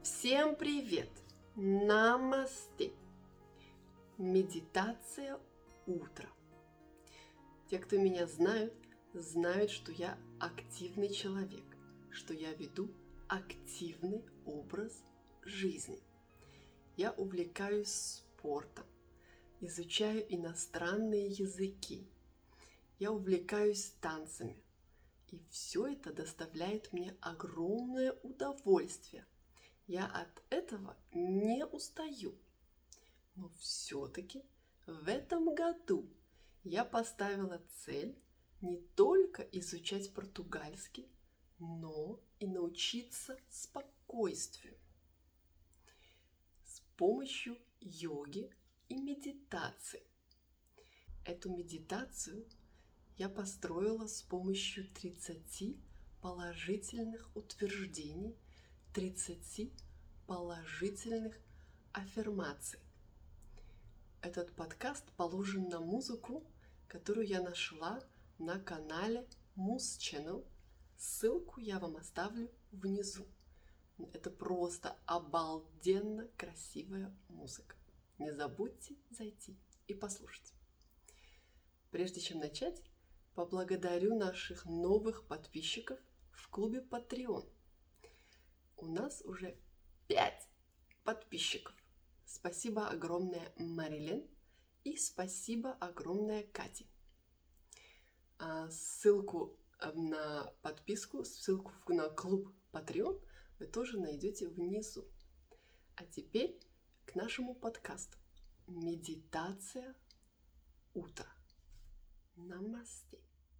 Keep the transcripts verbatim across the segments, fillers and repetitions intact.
Всем привет! Намасте! Медитация утра. Те, кто меня знают, знают, что я активный человек, что я веду активный образ жизни. Я увлекаюсь спортом, изучаю иностранные языки, я увлекаюсь танцами. И все это доставляет мне огромное удовольствие. Я от этого не устаю. Но все-таки в этом году я поставила цель не только изучать португальский, но и научиться спокойствию с помощью йоги и медитации. Эту медитацию я построила с помощью тридцати положительных утверждений, тридцати положительных аффирмаций. Этот подкаст положен на музыку, которую я нашла на канале Muse Channel. Ссылку я вам оставлю внизу. Это просто обалденно красивая музыка. Не забудьте зайти и послушать. Прежде чем начать, поблагодарю наших новых подписчиков в клубе Patreon. У нас уже пять подписчиков. Спасибо огромное, Марилен, и спасибо огромное, Кате. А ссылку на подписку, ссылку на клуб Patreon вы тоже найдете внизу. А теперь к нашему подкасту. Медитация утра. Намасте.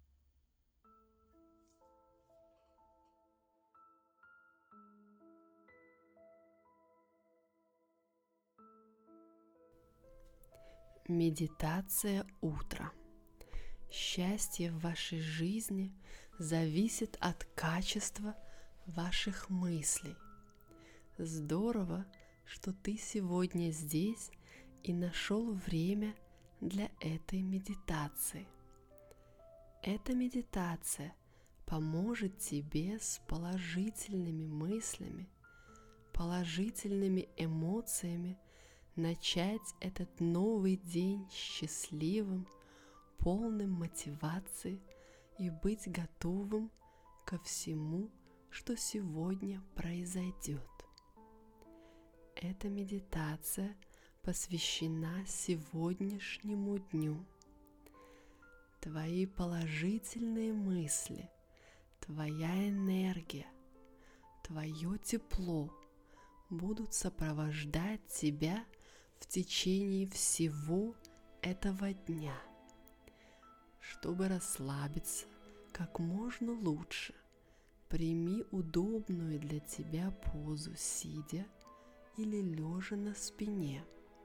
Медитация утра. Счастье в вашей жизни зависит от качества ваших мыслей. Здорово, что ты сегодня здесь и нашел время для этой медитации. Эта медитация поможет тебе с положительными мыслями, положительными эмоциями начать этот новый день счастливым, полным мотивации и быть готовым ко всему, что сегодня произойдет. Эта медитация посвящена сегодняшнему дню. Твои положительные мысли, твоя энергия, твое тепло будут сопровождать тебя в течение всего этого дня. Чтобы расслабиться как можно лучше, прими удобную для тебя позу сидя или лежа на спине.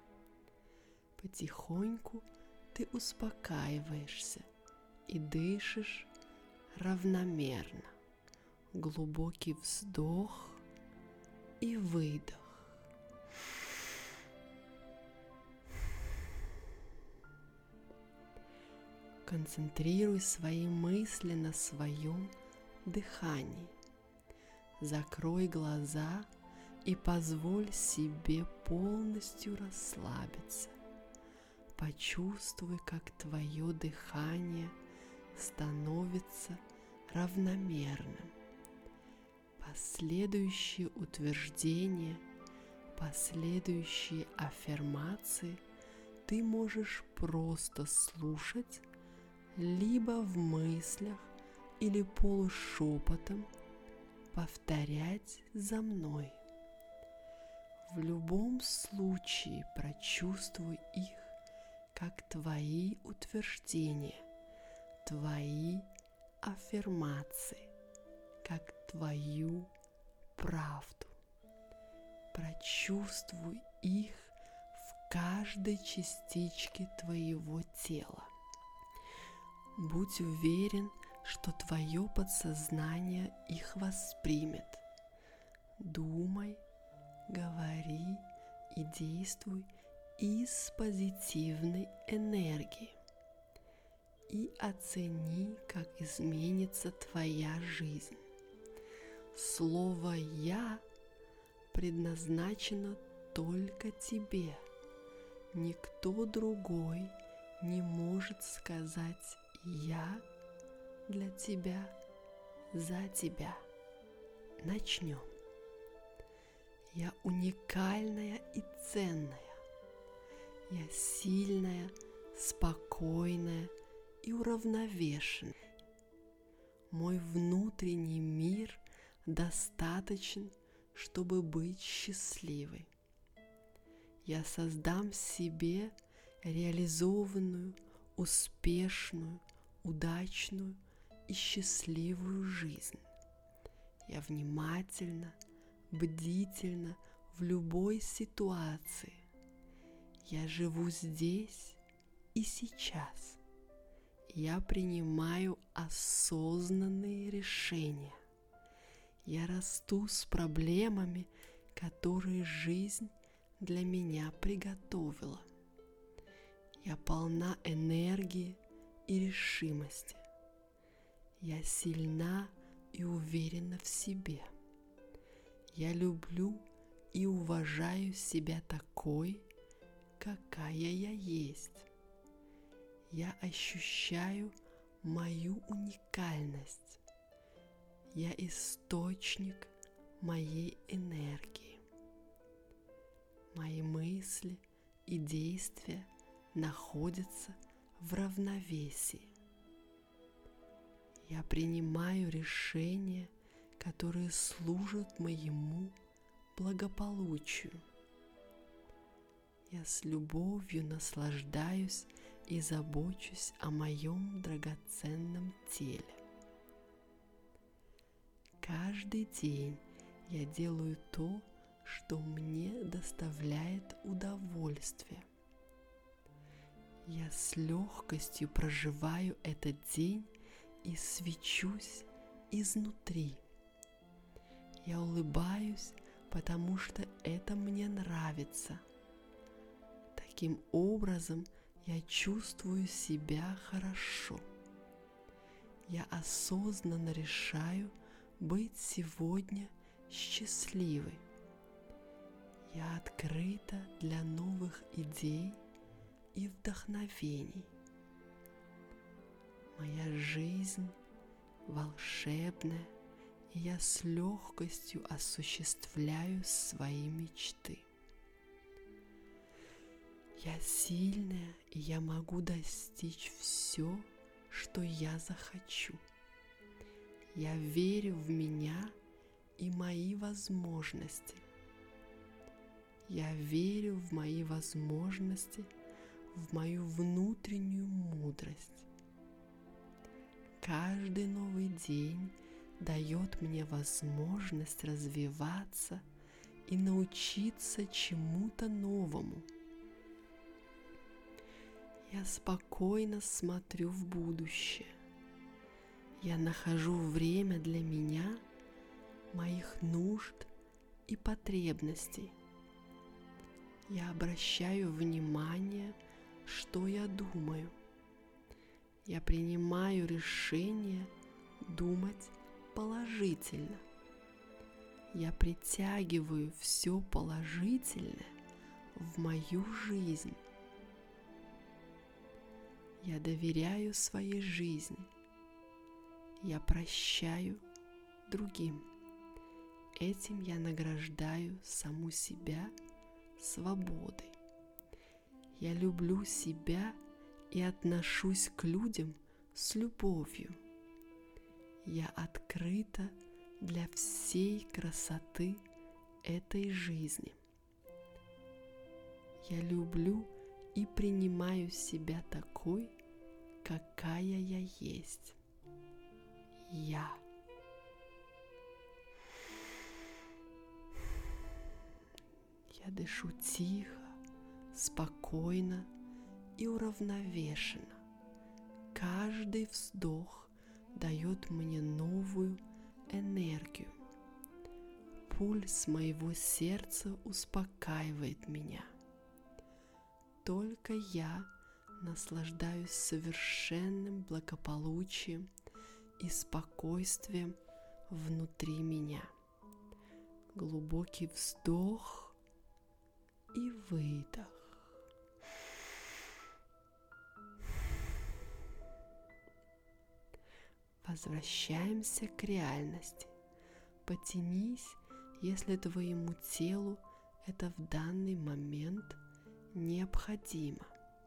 Потихоньку ты успокаиваешься и дышишь равномерно. Глубокий вздох и выдох. Концентрируй свои мысли на своем дыхании. Закрой глаза и позволь себе полностью расслабиться. Почувствуй, как твое дыхание становится равномерным. Последующие утверждения, последующие аффирмации ты можешь просто слушать либо в мыслях или полушепотом повторять за мной. В любом случае прочувствуй их как твои утверждения, твои аффирмации, как твою правду. Прочувствуй их в каждой частичке твоего тела. Будь уверен, что твое подсознание их воспримет. Думай, говори и действуй из позитивной энергии. И оцени, как изменится твоя жизнь. Слово «Я» предназначена только тебе. Никто другой не может сказать «я» для тебя, за тебя. Начнем. Я уникальная и ценная. Я сильная, спокойная и уравновешенная. Мой внутренний мир достаточен, чтобы быть счастливой. Я создам себе реализованную, успешную, удачную и счастливую жизнь. Я внимательно, бдительно в любой ситуации. Я живу здесь и сейчас. Я принимаю осознанные решения. Я расту с проблемами, которые жизнь для меня приготовила. Я полна энергии и решимости. Я сильна и уверена в себе. Я люблю и уважаю себя такой, какая я есть. Я ощущаю мою уникальность. Я источник моей энергии. Мои мысли и действия находятся в равновесии. Я принимаю решения, которые служат моему благополучию. Я с любовью наслаждаюсь и забочусь о моем драгоценном теле. Каждый день я делаю то, что мне доставляет удовольствие. Я с легкостью проживаю этот день и свечусь изнутри. Я улыбаюсь, потому что это мне нравится. Таким образом, я чувствую себя хорошо. Я осознанно решаю быть сегодня счастливой. Я открыта для новых идей и вдохновений. Моя жизнь волшебная, и я с легкостью осуществляю свои мечты. Я сильная, и я могу достичь все, что я захочу. Я верю в меня и мои возможности. Я верю в мои возможности, в мою внутреннюю мудрость. Каждый новый день дает мне возможность развиваться и научиться чему-то новому. Я спокойно смотрю в будущее. Я нахожу время для меня, моих нужд и потребностей. Я обращаю внимание, что я думаю. Я принимаю решение думать положительно. Я притягиваю все положительное в мою жизнь. Я доверяю своей жизни. Я прощаю другим. Этим я награждаю саму себя свободой. Я люблю себя и отношусь к людям с любовью. Я открыта для всей красоты этой жизни. Я люблю и принимаю себя такой, какая я есть. Я. Я дышу тихо, спокойно и уравновешенно. Каждый вздох дает мне новую энергию. Пульс моего сердца успокаивает меня. Только я наслаждаюсь совершенным благополучием и спокойствием внутри меня. Глубокий вздох и выдох. Возвращаемся к реальности. Потянись, если твоему телу это в данный момент необходимо.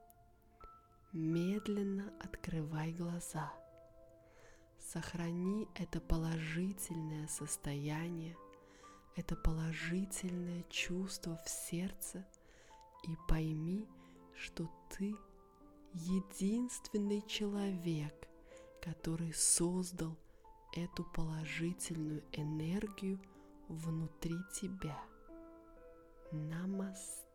Медленно открывай глаза. Сохрани это положительное состояние, это положительное чувство в сердце и пойми, что ты единственный человек, который создал эту положительную энергию внутри тебя. Намасте.